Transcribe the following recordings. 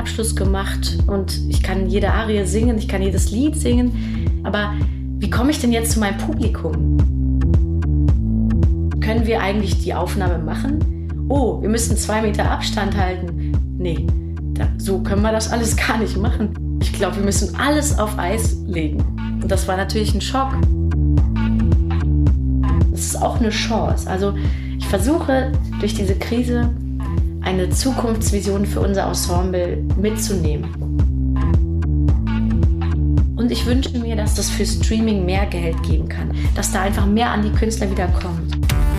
Abschluss gemacht und ich kann jede Arie singen, ich kann jedes Lied singen. Aber wie komme ich denn jetzt zu meinem Publikum? Können wir eigentlich die Aufnahme machen? Oh, wir müssen 2 Meter Abstand halten. Nee, so können wir das alles gar nicht machen. Ich glaube, wir müssen alles auf Eis legen. Und das war natürlich ein Schock. Das ist auch eine Chance. Also ich versuche durch diese Krise eine Zukunftsvision für unser Ensemble mitzunehmen. Und ich wünsche mir, dass das für Streaming mehr Geld geben kann, dass da einfach mehr an die Künstler wieder kommt.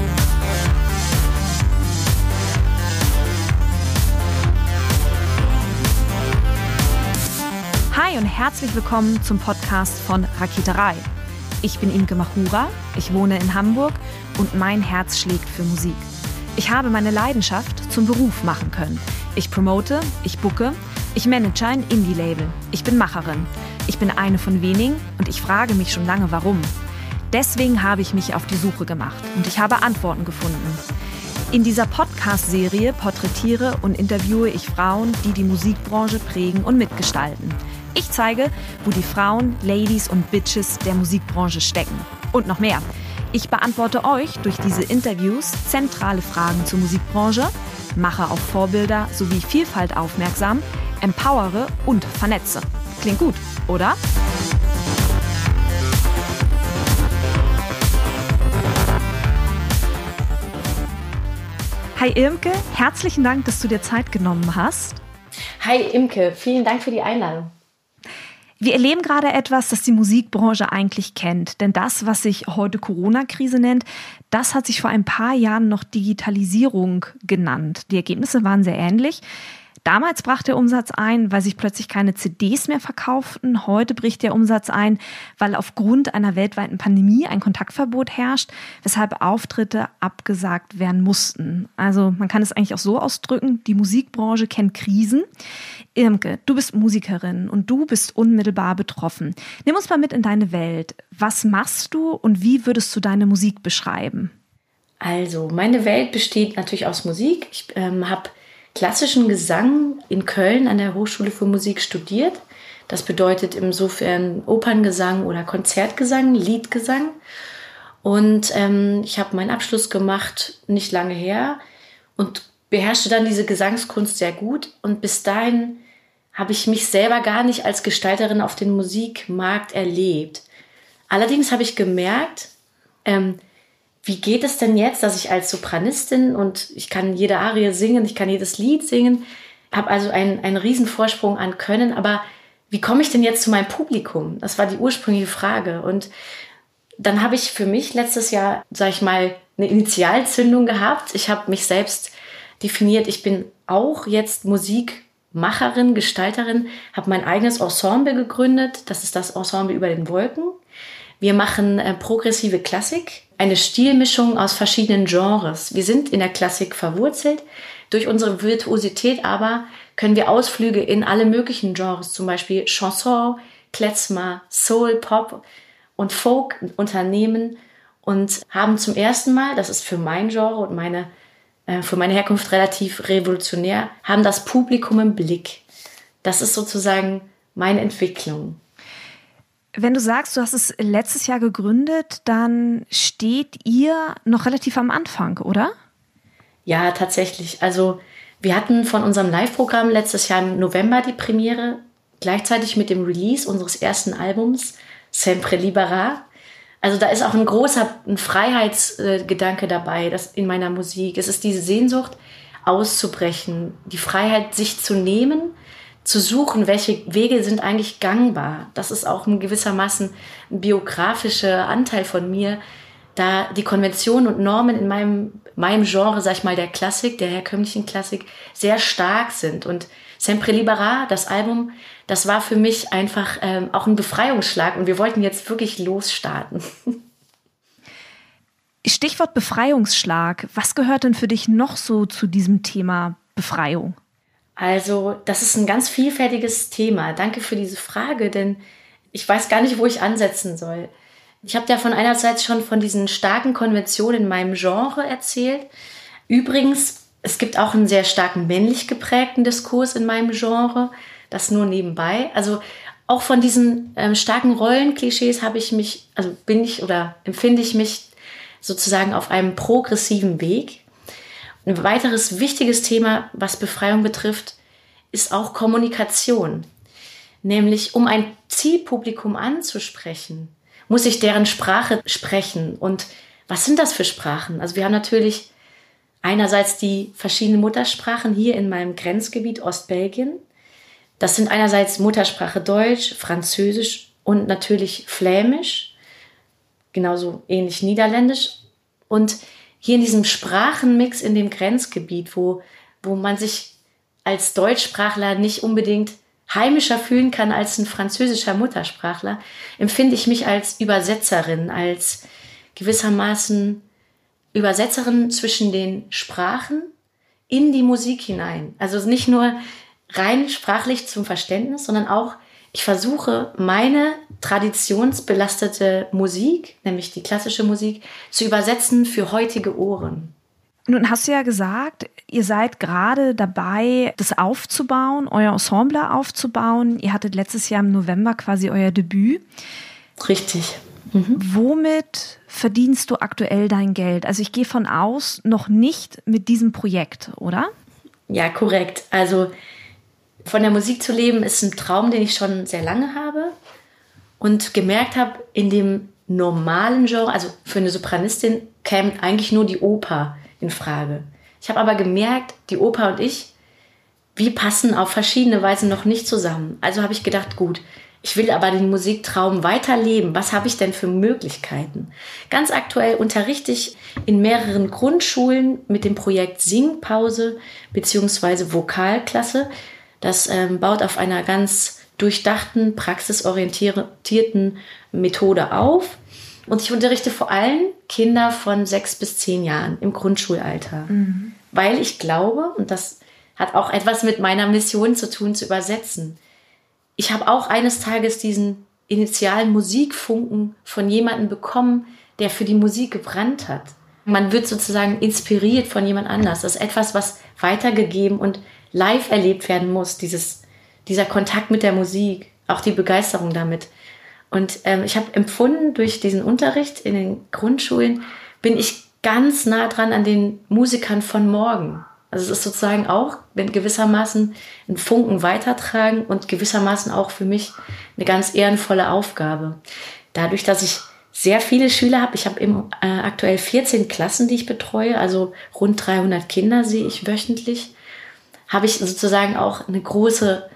Hi und herzlich willkommen zum Podcast von Raketerei. Ich bin Imke Machura, ich wohne in Hamburg und mein Herz schlägt für Musik. Ich habe meine Leidenschaft zum Beruf machen können. Ich promote, ich booke, ich manage ein Indie-Label. Ich bin Macherin. Ich bin eine von wenigen und ich frage mich schon lange, warum. Deswegen habe ich mich auf die Suche gemacht und ich habe Antworten gefunden. In dieser Podcast-Serie porträtiere und interviewe ich Frauen, die die Musikbranche prägen und mitgestalten. Ich zeige, wo die Frauen, Ladies und Bitches der Musikbranche stecken. Und noch mehr. Ich beantworte euch durch diese Interviews zentrale Fragen zur Musikbranche, mache auf Vorbilder sowie Vielfalt aufmerksam, empowere und vernetze. Klingt gut, oder? Hi Imke, herzlichen Dank, dass du dir Zeit genommen hast. Hi Imke, vielen Dank für die Einladung. Wir erleben gerade etwas, das die Musikbranche eigentlich kennt. Denn das, was sich heute Corona-Krise nennt, das hat sich vor ein paar Jahren noch Digitalisierung genannt. Die Ergebnisse waren sehr ähnlich. Damals brach der Umsatz ein, weil sich plötzlich keine CDs mehr verkauften. Heute bricht der Umsatz ein, weil aufgrund einer weltweiten Pandemie ein Kontaktverbot herrscht, weshalb Auftritte abgesagt werden mussten. Also man kann es eigentlich auch so ausdrücken, die Musikbranche kennt Krisen. Imke, du bist Musikerin und du bist unmittelbar betroffen. Nimm uns mal mit in deine Welt. Was machst du und wie würdest du deine Musik beschreiben? Also, meine Welt besteht natürlich aus Musik. Ich habe klassischen Gesang in Köln an der Hochschule für Musik studiert. Das bedeutet insofern Operngesang oder Konzertgesang, Liedgesang. Und ich habe meinen Abschluss gemacht, nicht lange her, und beherrschte dann diese Gesangskunst sehr gut. Und bis dahin habe ich mich selber gar nicht als Gestalterin auf den Musikmarkt erlebt. Allerdings habe ich gemerkt, wie geht es denn jetzt, dass ich als Sopranistin und ich kann jede Arie singen, ich kann jedes Lied singen, habe also einen riesen Vorsprung an Können, aber wie komme ich denn jetzt zu meinem Publikum? Das war die ursprüngliche Frage. Und dann habe ich für mich letztes Jahr, sage ich mal, eine Initialzündung gehabt. Ich habe mich selbst definiert, ich bin auch jetzt Musikmacherin, Gestalterin, habe mein eigenes Ensemble gegründet. Das ist das Ensemble über den Wolken. Wir machen progressive Klassik, eine Stilmischung aus verschiedenen Genres. Wir sind in der Klassik verwurzelt. Durch unsere Virtuosität aber können wir Ausflüge in alle möglichen Genres, zum Beispiel Chanson, Klezmer, Soul, Pop und Folk unternehmen und haben zum ersten Mal, das ist für mein Genre und für meine Herkunft relativ revolutionär, haben das Publikum im Blick. Das ist sozusagen meine Entwicklung. Wenn du sagst, du hast es letztes Jahr gegründet, dann steht ihr noch relativ am Anfang, oder? Ja, tatsächlich. Also wir hatten von unserem Live-Programm letztes Jahr im November die Premiere, gleichzeitig mit dem Release unseres ersten Albums, Sempre Libera. Also da ist auch ein großer Freiheitsgedanke dabei, das in meiner Musik. Es ist diese Sehnsucht, auszubrechen, die Freiheit, sich zu nehmen, zu suchen, welche Wege sind eigentlich gangbar. Das ist auch in gewissermaßen ein biografischer Anteil von mir, da die Konventionen und Normen in meinem Genre, sag ich mal, der Klassik, der herkömmlichen Klassik, sehr stark sind. Und Sempre Libera, das Album, das war für mich einfach auch ein Befreiungsschlag und wir wollten jetzt wirklich losstarten. Stichwort Befreiungsschlag. Was gehört denn für dich noch so zu diesem Thema Befreiung? Also, das ist ein ganz vielfältiges Thema. Danke für diese Frage, denn ich weiß gar nicht, wo ich ansetzen soll. Ich habe ja von einerseits schon von diesen starken Konventionen in meinem Genre erzählt. Übrigens Es gibt auch einen sehr starken männlich geprägten Diskurs in meinem Genre, das nur nebenbei. Also auch von diesen starken Rollenklischees empfinde ich mich sozusagen auf einem progressiven Weg. Ein weiteres wichtiges Thema, was Befreiung betrifft, ist auch Kommunikation. Nämlich, um ein Zielpublikum anzusprechen, muss ich deren Sprache sprechen. Und was sind das für Sprachen? Also wir haben natürlich einerseits die verschiedenen Muttersprachen hier in meinem Grenzgebiet Ostbelgien. Das sind einerseits Muttersprache Deutsch, Französisch und natürlich Flämisch, genauso ähnlich Niederländisch. Und hier in diesem Sprachenmix in dem Grenzgebiet, wo man sich als Deutschsprachler nicht unbedingt heimischer fühlen kann als ein französischer Muttersprachler, empfinde ich mich als Übersetzerin, als gewissermaßen Übersetzerin zwischen den Sprachen in die Musik hinein. Also nicht nur rein sprachlich zum Verständnis, sondern auch, ich versuche, meine traditionsbelastete Musik, nämlich die klassische Musik, zu übersetzen für heutige Ohren. Nun hast du ja gesagt, ihr seid gerade dabei, das aufzubauen, euer Ensemble aufzubauen. Ihr hattet letztes Jahr im November quasi euer Debüt. Richtig. Womit verdienst du aktuell dein Geld? Also ich gehe von aus, noch nicht mit diesem Projekt, oder? Ja, korrekt. Also von der Musik zu leben ist ein Traum, den ich schon sehr lange habe und gemerkt habe, in dem normalen Genre, also für eine Sopranistin, käme eigentlich nur die Oper in Frage. Ich habe aber gemerkt, die Oper und ich, wir passen auf verschiedene Weisen noch nicht zusammen. Also habe ich gedacht, gut, ich will aber den Musiktraum weiterleben. Was habe ich denn für Möglichkeiten? Ganz aktuell unterrichte ich in mehreren Grundschulen mit dem Projekt Singpause bzw. Vokalklasse. Das baut auf einer ganz durchdachten, praxisorientierten Methode auf. Und ich unterrichte vor allem Kinder von 6 bis 10 Jahren im Grundschulalter. Weil ich glaube, und das hat auch etwas mit meiner Mission zu tun, zu übersetzen. Ich habe auch eines Tages diesen initialen Musikfunken von jemandem bekommen, der für die Musik gebrannt hat. Man wird sozusagen inspiriert von jemand anders. Das ist etwas, was weitergegeben und live erlebt werden muss, dieser Kontakt mit der Musik, auch die Begeisterung damit. Und ich habe empfunden, durch diesen Unterricht in den Grundschulen bin ich ganz nah dran an den Musikern von morgen. Also es ist sozusagen auch gewissermaßen einen Funken weitertragen und gewissermaßen auch für mich eine ganz ehrenvolle Aufgabe. Dadurch, dass ich sehr viele Schüler habe, ich habe aktuell 14 Klassen, die ich betreue, also rund 300 Kinder sehe ich wöchentlich, habe ich sozusagen auch eine große,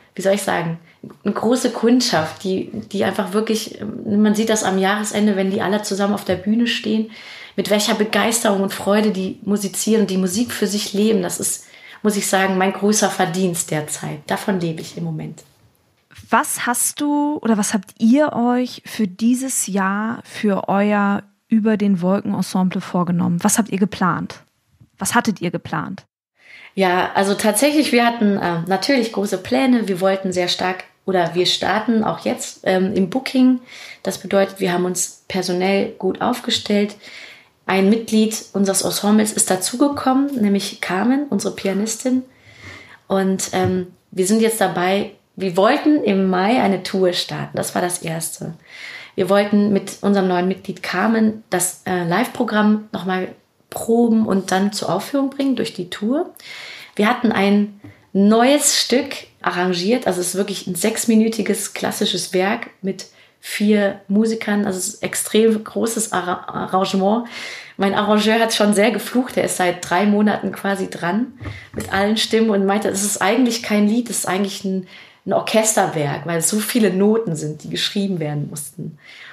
eine große Kundschaft, die einfach wirklich, man sieht das am Jahresende, wenn die alle zusammen auf der Bühne stehen, mit welcher Begeisterung und Freude die musizieren und die Musik für sich leben. Das ist, muss ich sagen, mein größter Verdienst derzeit. Davon lebe ich im Moment. Was habt ihr euch für dieses Jahr für euer Über den Wolken Ensemble vorgenommen? Was habt ihr geplant? Was hattet ihr geplant? Ja, also tatsächlich, wir hatten natürlich große Pläne. Wir wollten sehr stark, oder wir starten auch jetzt im Booking. Das bedeutet, wir haben uns personell gut aufgestellt. Ein Mitglied unseres Ensembles ist dazugekommen, nämlich Carmen, unsere Pianistin. Und wir sind jetzt dabei, wir wollten im Mai eine Tour starten. Das war das Erste. Wir wollten mit unserem neuen Mitglied Carmen das Live-Programm nochmal proben und dann zur Aufführung bringen durch die Tour. Wir hatten ein neues Stück arrangiert, also es ist wirklich ein 6-minütiges klassisches Werk mit 4 Musikern, also es ist ein extrem großes Arrangement. Mein Arrangeur hat schon sehr geflucht, er ist seit 3 Monaten quasi dran mit allen Stimmen und meinte, es ist eigentlich kein Lied, es ist eigentlich ein Orchesterwerk, weil es so viele Noten sind, die geschrieben werden mussten.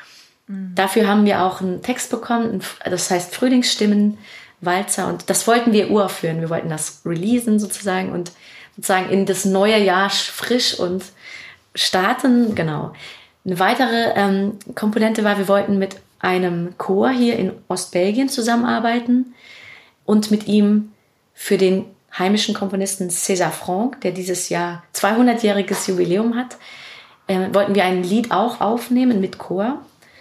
Dafür haben wir auch einen Text bekommen, das heißt Frühlingsstimmen, Walzer, und das wollten wir uraufführen. Wir wollten das releasen sozusagen und sozusagen in das neue Jahr frisch und starten. Genau. Eine weitere Komponente war, wir wollten mit einem Chor hier in Ostbelgien zusammenarbeiten und mit ihm für den heimischen Komponisten César Franck, der dieses Jahr 200-jähriges Jubiläum hat, wollten wir ein Lied auch aufnehmen mit Chor.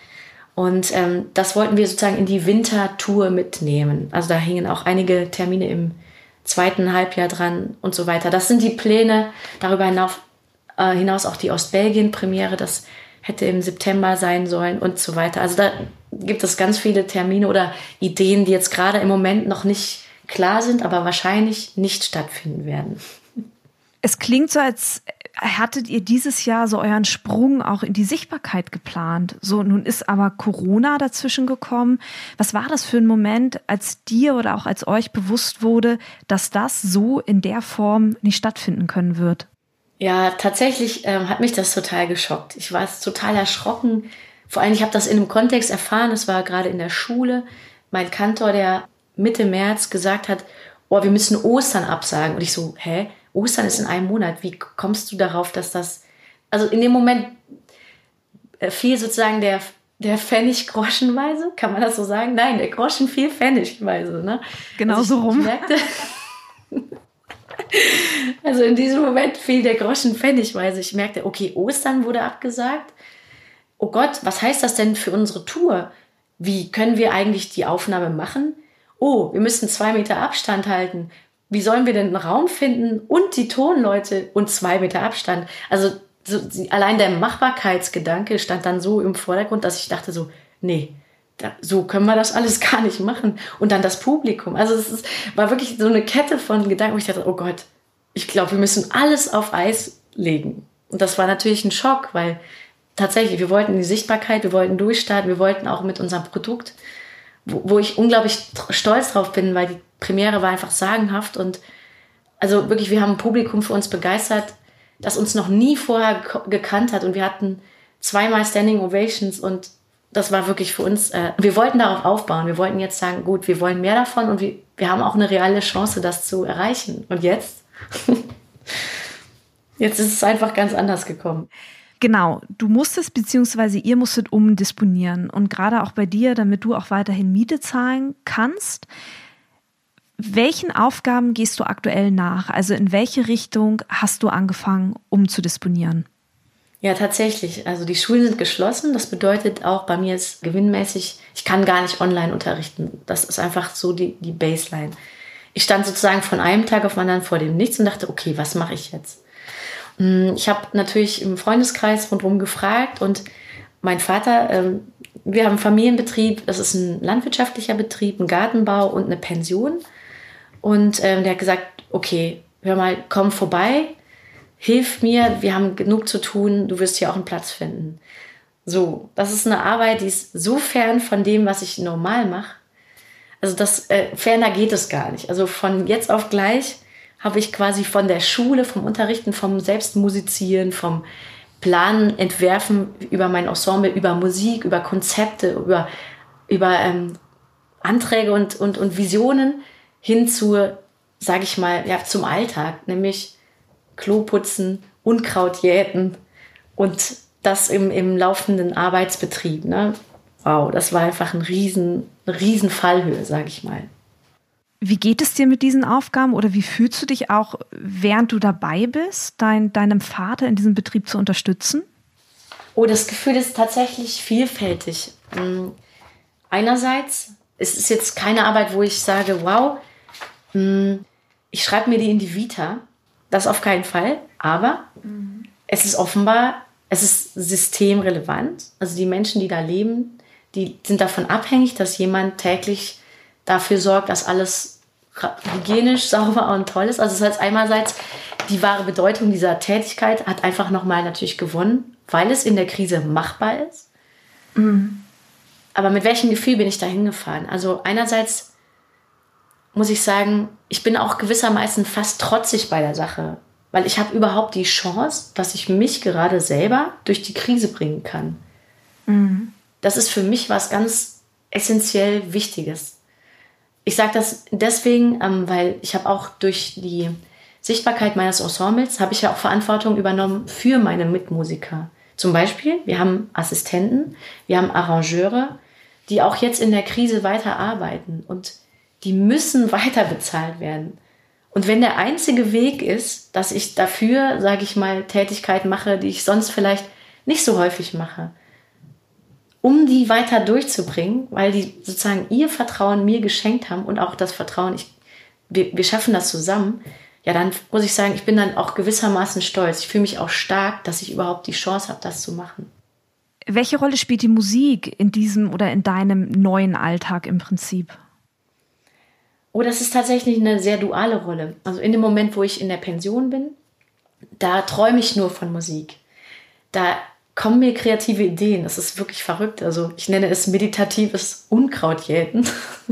Und das wollten wir sozusagen in die Wintertour mitnehmen. Also da hingen auch einige Termine im zweiten Halbjahr dran und so weiter. Das sind die Pläne. Darüber hinaus auch die Ostbelgien-Premiere, das hätte im September sein sollen und so weiter. Also da gibt es ganz viele Termine oder Ideen, die jetzt gerade im Moment noch nicht klar sind, aber wahrscheinlich nicht stattfinden werden. Es klingt so, als hattet ihr dieses Jahr so euren Sprung auch in die Sichtbarkeit geplant. So, nun ist aber Corona dazwischen gekommen. Was war das für ein Moment, als dir oder auch als euch bewusst wurde, dass das so in der Form nicht stattfinden können wird? Ja, tatsächlich hat mich das total geschockt. Ich war total erschrocken. Vor allem, ich habe das in einem Kontext erfahren, es war gerade in der Schule. Mein Kantor, der Mitte März gesagt hat, oh, wir müssen Ostern absagen. Und ich so, hä? Ostern ist in einem Monat. Wie kommst du darauf, dass das... Also in dem Moment fiel sozusagen der Pfennig groschenweise. Kann man das so sagen? Nein, der Groschen fiel pfennigweise. Ne? Genau also so rum. Ich merkte, also in diesem Moment fiel der Groschen pfennigweise. Ich merkte, okay, Ostern wurde abgesagt. Oh Gott, was heißt das denn für unsere Tour? Wie können wir eigentlich die Aufnahme machen? Oh, wir müssen 2 Meter Abstand halten. Wie sollen wir denn einen Raum finden und die Tonleute und 2 Meter Abstand? Also allein der Machbarkeitsgedanke stand dann so im Vordergrund, dass ich dachte so, nee, so können wir das alles gar nicht machen. Und dann das Publikum. Also war wirklich so eine Kette von Gedanken, wo ich dachte, oh Gott, ich glaube, wir müssen alles auf Eis legen. Und das war natürlich ein Schock, weil tatsächlich, wir wollten die Sichtbarkeit, wir wollten durchstarten, wir wollten auch mit unserem Produkt, wo ich unglaublich stolz drauf bin, weil die Premiere war einfach sagenhaft und also wirklich, wir haben ein Publikum für uns begeistert, das uns noch nie vorher gekannt hat und wir hatten 2-mal Standing Ovations und das war wirklich für uns, wir wollten darauf aufbauen, wir wollten jetzt sagen, gut, wir wollen mehr davon und wir haben auch eine reale Chance, das zu erreichen. Und jetzt? Jetzt ist es einfach ganz anders gekommen. Genau, du musstest bzw. ihr musstet umdisponieren und gerade auch bei dir, damit du auch weiterhin Miete zahlen kannst. Welchen Aufgaben gehst du aktuell nach? Also in welche Richtung hast du angefangen umzudisponieren? Ja, tatsächlich. Also die Schulen sind geschlossen. Das bedeutet auch, bei mir ist gewinnmäßig, ich kann gar nicht online unterrichten. Das ist einfach so die Baseline. Ich stand sozusagen von einem Tag auf den anderen vor dem Nichts und dachte, okay, was mache ich jetzt? Ich habe natürlich im Freundeskreis rundherum gefragt und mein Vater, wir haben einen Familienbetrieb, das ist ein landwirtschaftlicher Betrieb, ein Gartenbau und eine Pension. Und der hat gesagt, okay, hör mal, komm vorbei, hilf mir, wir haben genug zu tun, du wirst hier auch einen Platz finden. So, das ist eine Arbeit, die ist so fern von dem, was ich normal mache. Also ferner geht es gar nicht. Also von jetzt auf gleich habe ich quasi von der Schule, vom Unterrichten, vom Selbstmusizieren, vom Planen, Entwerfen über mein Ensemble, über Musik, über Konzepte, über Anträge und Visionen hin zu, sage ich mal, ja, zum Alltag, nämlich Klo putzen, Unkraut jäten und das im laufenden Arbeitsbetrieb. Ne? Wow, das war einfach eine riesen Fallhöhe, sage ich mal. Wie geht es dir mit diesen Aufgaben oder wie fühlst du dich auch, während du dabei bist, deinem Vater in diesem Betrieb zu unterstützen? Oh, das Gefühl ist tatsächlich vielfältig. Einerseits ist es jetzt keine Arbeit, wo ich sage, wow, ich schreibe mir die in die Vita. Das auf keinen Fall. Aber es ist offenbar, es ist systemrelevant. Also die Menschen, die da leben, die sind davon abhängig, dass jemand täglich dafür sorgt, dass alles hygienisch, sauber und toll ist. Also das heißt, einerseits die wahre Bedeutung dieser Tätigkeit hat einfach nochmal natürlich gewonnen, weil es in der Krise machbar ist. Aber mit welchem Gefühl bin ich da hingefahren? Also einerseits muss ich sagen, ich bin auch gewissermaßen fast trotzig bei der Sache, weil ich habe überhaupt die Chance, dass ich mich gerade selber durch die Krise bringen kann. Das ist für mich was ganz essentiell Wichtiges. Ich sage das deswegen, weil ich habe auch durch die Sichtbarkeit meines Ensembles, habe ich ja auch Verantwortung übernommen für meine Mitmusiker. Zum Beispiel, wir haben Assistenten, wir haben Arrangeure, die auch jetzt in der Krise weiterarbeiten und die müssen weiter bezahlt werden. Und wenn der einzige Weg ist, dass ich dafür, sage ich mal, Tätigkeiten mache, die ich sonst vielleicht nicht so häufig mache, um die weiter durchzubringen, weil die sozusagen ihr Vertrauen mir geschenkt haben und auch das Vertrauen, wir schaffen das zusammen, ja, dann muss ich sagen, ich bin dann auch gewissermaßen stolz. Ich fühle mich auch stark, dass ich überhaupt die Chance habe, das zu machen. Welche Rolle spielt die Musik in diesem oder in deinem neuen Alltag im Prinzip? Oh, das ist tatsächlich eine sehr duale Rolle. Also in dem Moment, wo ich in der Pension bin, da träume ich nur von Musik. Da kommen mir kreative Ideen. Das ist wirklich verrückt. Also ich nenne es meditatives Unkrautjäten.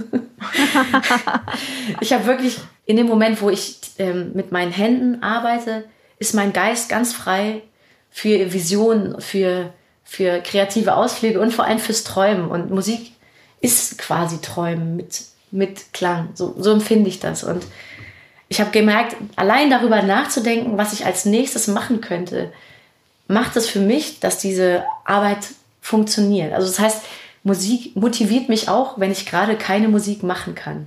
Ich habe wirklich in dem Moment, wo ich mit meinen Händen arbeite, ist mein Geist ganz frei für Visionen, für kreative Ausflüge und vor allem fürs Träumen. Und Musik ist quasi Träumen mit Klang. So empfinde ich das. Und ich habe gemerkt, allein darüber nachzudenken, was ich als nächstes machen könnte, macht es für mich, dass diese Arbeit funktioniert. Also das heißt, Musik motiviert mich auch, wenn ich gerade keine Musik machen kann.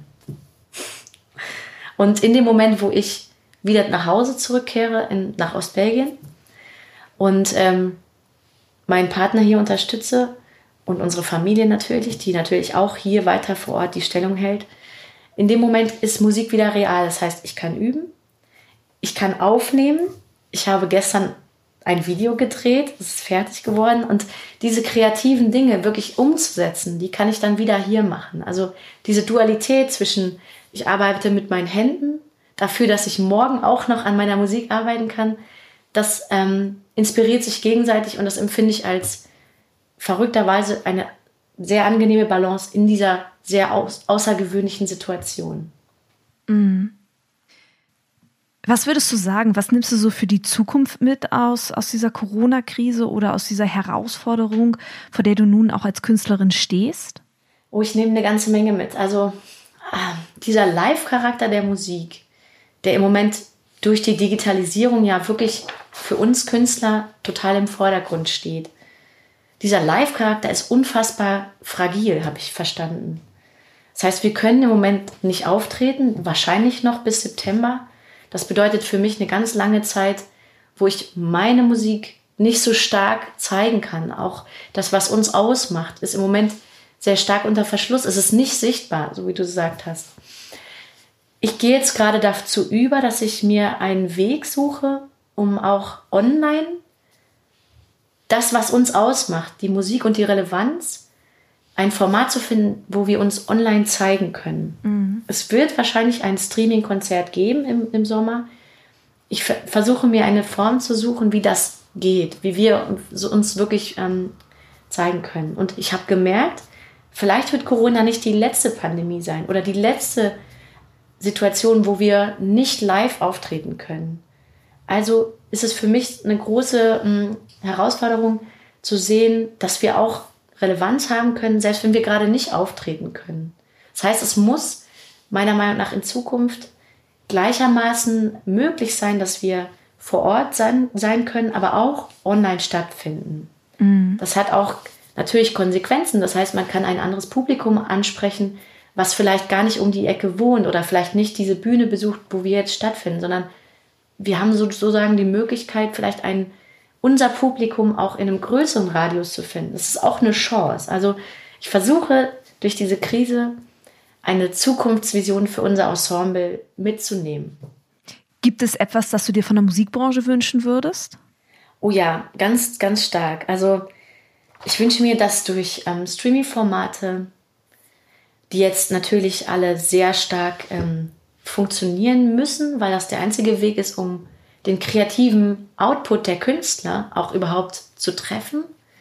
Und in dem Moment, wo ich wieder nach Hause zurückkehre, nach Ostbelgien und meinen Partner hier unterstütze und unsere Familie natürlich, die natürlich auch hier weiter vor Ort die Stellung hält, in dem Moment ist Musik wieder real. Das heißt, ich kann üben, ich kann aufnehmen. Ich habe gestern ein Video gedreht, es ist fertig geworden. Und diese kreativen Dinge wirklich umzusetzen, die kann ich dann wieder hier machen. Also diese Dualität zwischen, ich arbeite mit meinen Händen, dafür, dass ich morgen auch noch an meiner Musik arbeiten kann, das inspiriert sich gegenseitig und das empfinde ich als verrückterweise eine sehr angenehme Balance in dieser sehr außergewöhnlichen Situation. Mhm. Was würdest du sagen, was nimmst du so für die Zukunft mit aus dieser Corona-Krise oder aus dieser Herausforderung, vor der du nun auch als Künstlerin stehst? Oh, ich nehme eine ganze Menge mit. Also dieser Live-Charakter der Musik, der im Moment durch die Digitalisierung ja wirklich für uns Künstler total im Vordergrund steht. Dieser Live-Charakter ist unfassbar fragil, habe ich verstanden. Das heißt, wir können im Moment nicht auftreten, wahrscheinlich noch bis September. Das bedeutet für mich eine ganz lange Zeit, wo ich meine Musik nicht so stark zeigen kann. Auch das, was uns ausmacht, ist im Moment sehr stark unter Verschluss. Es ist nicht sichtbar, so wie du gesagt hast. Ich gehe jetzt gerade dazu über, dass ich mir einen Weg suche, um auch online das, was uns ausmacht, die Musik und die Relevanz, ein Format zu finden, wo wir uns online zeigen können. Mhm. Es wird wahrscheinlich ein Streaming-Konzert geben im Sommer. Ich versuche mir eine Form zu suchen, wie das geht, wie wir uns wirklich zeigen können. Und ich habe gemerkt, vielleicht wird Corona nicht die letzte Pandemie sein oder die letzte Situation, wo wir nicht live auftreten können. Also ist es für mich eine große Herausforderung zu sehen, dass wir auch Relevanz haben können, selbst wenn wir gerade nicht auftreten können. Das heißt, es muss meiner Meinung nach in Zukunft gleichermaßen möglich sein, dass wir vor Ort sein können, aber auch online stattfinden. Mhm. Das hat auch natürlich Konsequenzen. Das heißt, man kann ein anderes Publikum ansprechen, was vielleicht gar nicht um die Ecke wohnt oder vielleicht nicht diese Bühne besucht, wo wir jetzt stattfinden, sondern wir haben sozusagen die Möglichkeit, vielleicht unser Publikum auch in einem größeren Radius zu finden. Das ist auch eine Chance. Also ich versuche durch diese Krise eine Zukunftsvision für unser Ensemble mitzunehmen. Gibt es etwas, das du dir von der Musikbranche wünschen würdest? Oh ja, ganz, ganz stark. Also ich wünsche mir, dass durch Streaming-Formate, die jetzt natürlich alle sehr stark funktionieren müssen, weil das der einzige Weg ist, um den kreativen Output der Künstler auch überhaupt zu treffen.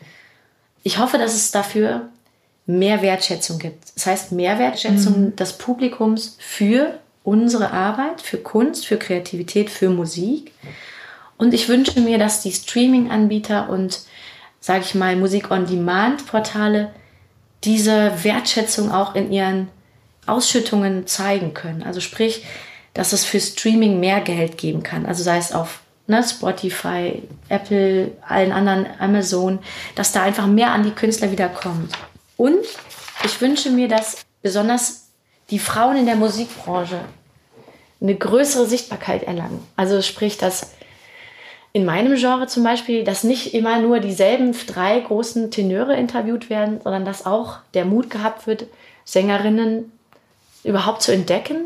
Ich hoffe, dass es dafür mehr Wertschätzung gibt. Das heißt, mehr Wertschätzung des Publikums für unsere Arbeit, für Kunst, für Kreativität, für Musik. Und ich wünsche mir, dass die Streaming-Anbieter und, sage ich mal, Musik-on-Demand-Portale diese Wertschätzung auch in ihren Ausschüttungen zeigen können. Also sprich, dass es für Streaming mehr Geld geben kann. Also sei es auf Spotify, Apple, allen anderen, Amazon, dass da einfach mehr an die Künstler wieder kommt. Und ich wünsche mir, dass besonders die Frauen in der Musikbranche eine größere Sichtbarkeit erlangen. Also sprich, dass in meinem Genre zum Beispiel, dass nicht immer nur dieselben 3 großen Tenöre interviewt werden, sondern dass auch der Mut gehabt wird, Sängerinnen überhaupt zu entdecken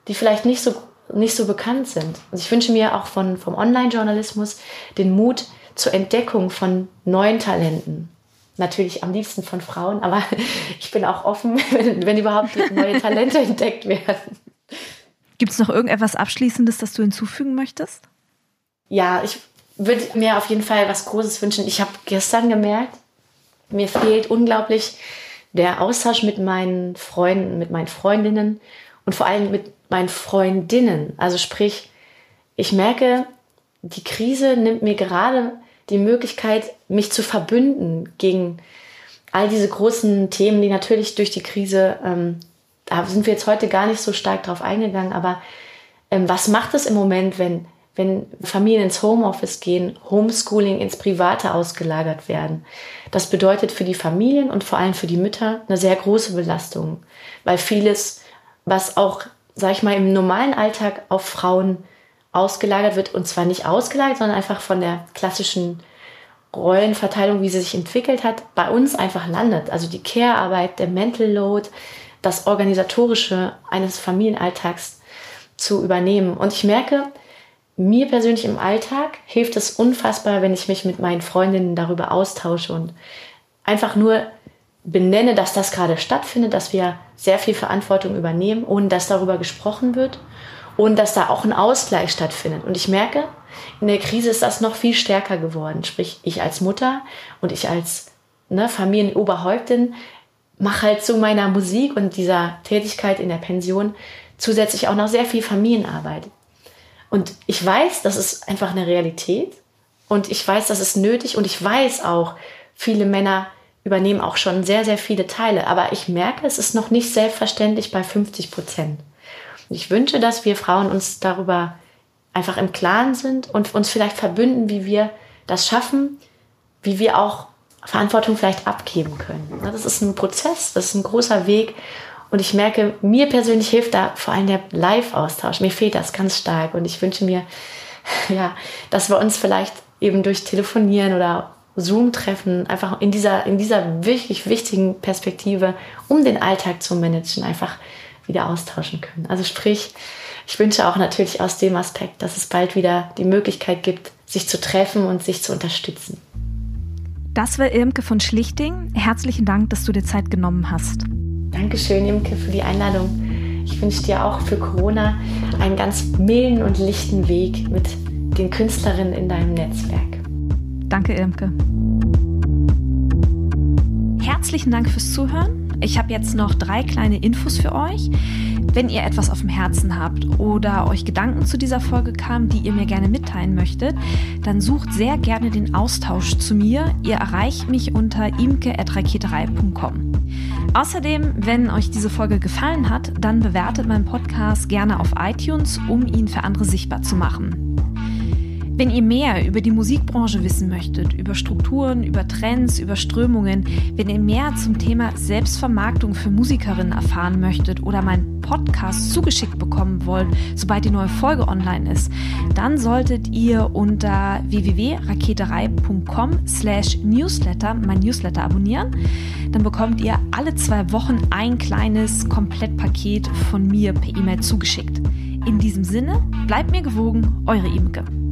die vielleicht nicht so bekannt sind. Also ich wünsche mir auch vom Online-Journalismus den Mut zur Entdeckung von neuen Talenten. Natürlich am liebsten von Frauen, aber ich bin auch offen, wenn überhaupt neue Talente entdeckt werden. Gibt es noch irgendetwas Abschließendes, das du hinzufügen möchtest? Ja, ich würde mir auf jeden Fall was Großes wünschen. Ich habe gestern gemerkt, mir fehlt unglaublich der Austausch mit meinen Freunden, mit meinen Freundinnen und vor allem mit meinen Freundinnen. Also sprich, ich merke, die Krise nimmt mir gerade die Möglichkeit, mich zu verbünden gegen all diese großen Themen, die natürlich durch die Krise, da sind wir jetzt heute gar nicht so stark drauf eingegangen, aber was macht es im Moment, wenn Familien ins Homeoffice gehen, Homeschooling ins Private ausgelagert werden? Das bedeutet für die Familien und vor allem für die Mütter eine sehr große Belastung, weil vieles, was auch, sag ich mal, im normalen Alltag auf Frauen ausgelagert wird, und zwar nicht ausgelagert, sondern einfach von der klassischen Rollenverteilung, wie sie sich entwickelt hat, bei uns einfach landet. Also die Care-Arbeit, der Mental Load, das Organisatorische eines Familienalltags zu übernehmen. Und ich merke, mir persönlich im Alltag hilft es unfassbar, wenn ich mich mit meinen Freundinnen darüber austausche und einfach nur benenne, dass das gerade stattfindet, dass wir sehr viel Verantwortung übernehmen, ohne dass darüber gesprochen wird und dass da auch ein Ausgleich stattfindet. Und ich merke, in der Krise ist das noch viel stärker geworden. Sprich, ich als Mutter und ich als Familienoberhäuptin mache halt zu meiner Musik und dieser Tätigkeit in der Pension zusätzlich auch noch sehr viel Familienarbeit. Und ich weiß, das ist einfach eine Realität und ich weiß, das ist nötig und ich weiß auch, viele Männer übernehmen auch schon sehr, sehr viele Teile. Aber ich merke, es ist noch nicht selbstverständlich bei 50%. Ich wünsche, dass wir Frauen uns darüber einfach im Klaren sind und uns vielleicht verbünden, wie wir das schaffen, wie wir auch Verantwortung vielleicht abgeben können. Das ist ein Prozess, das ist ein großer Weg. Und ich merke, mir persönlich hilft da vor allem der Live-Austausch. Mir fehlt das ganz stark. Und ich wünsche mir, ja, dass wir uns vielleicht eben durch Telefonieren oder Zoom-Treffen einfach in dieser wirklich wichtigen Perspektive, um den Alltag zu managen, einfach wieder austauschen können. Also sprich, ich wünsche auch natürlich aus dem Aspekt, dass es bald wieder die Möglichkeit gibt, sich zu treffen und sich zu unterstützen. Das war Irmke von Schlichting. Herzlichen Dank, dass du dir Zeit genommen hast. Dankeschön, Irmke, für die Einladung. Ich wünsche dir auch für Corona einen ganz milden und lichten Weg mit den Künstlerinnen in deinem Netzwerk. Danke, Irmke. Herzlichen Dank fürs Zuhören. Ich habe jetzt noch 3 kleine Infos für euch. Wenn ihr etwas auf dem Herzen habt oder euch Gedanken zu dieser Folge kamen, die ihr mir gerne mitteilen möchtet, dann sucht sehr gerne den Austausch zu mir. Ihr erreicht mich unter imke@raketerei.com. Außerdem, wenn euch diese Folge gefallen hat, dann bewertet meinen Podcast gerne auf iTunes, um ihn für andere sichtbar zu machen. Wenn ihr mehr über die Musikbranche wissen möchtet, über Strukturen, über Trends, über Strömungen, wenn ihr mehr zum Thema Selbstvermarktung für Musikerinnen erfahren möchtet oder meinen Podcast zugeschickt bekommen wollt, sobald die neue Folge online ist, dann solltet ihr unter www.raketerei.com/newsletter mein Newsletter abonnieren. Dann bekommt ihr alle 2 Wochen ein kleines Komplettpaket von mir per E-Mail zugeschickt. In diesem Sinne, bleibt mir gewogen, eure Imke.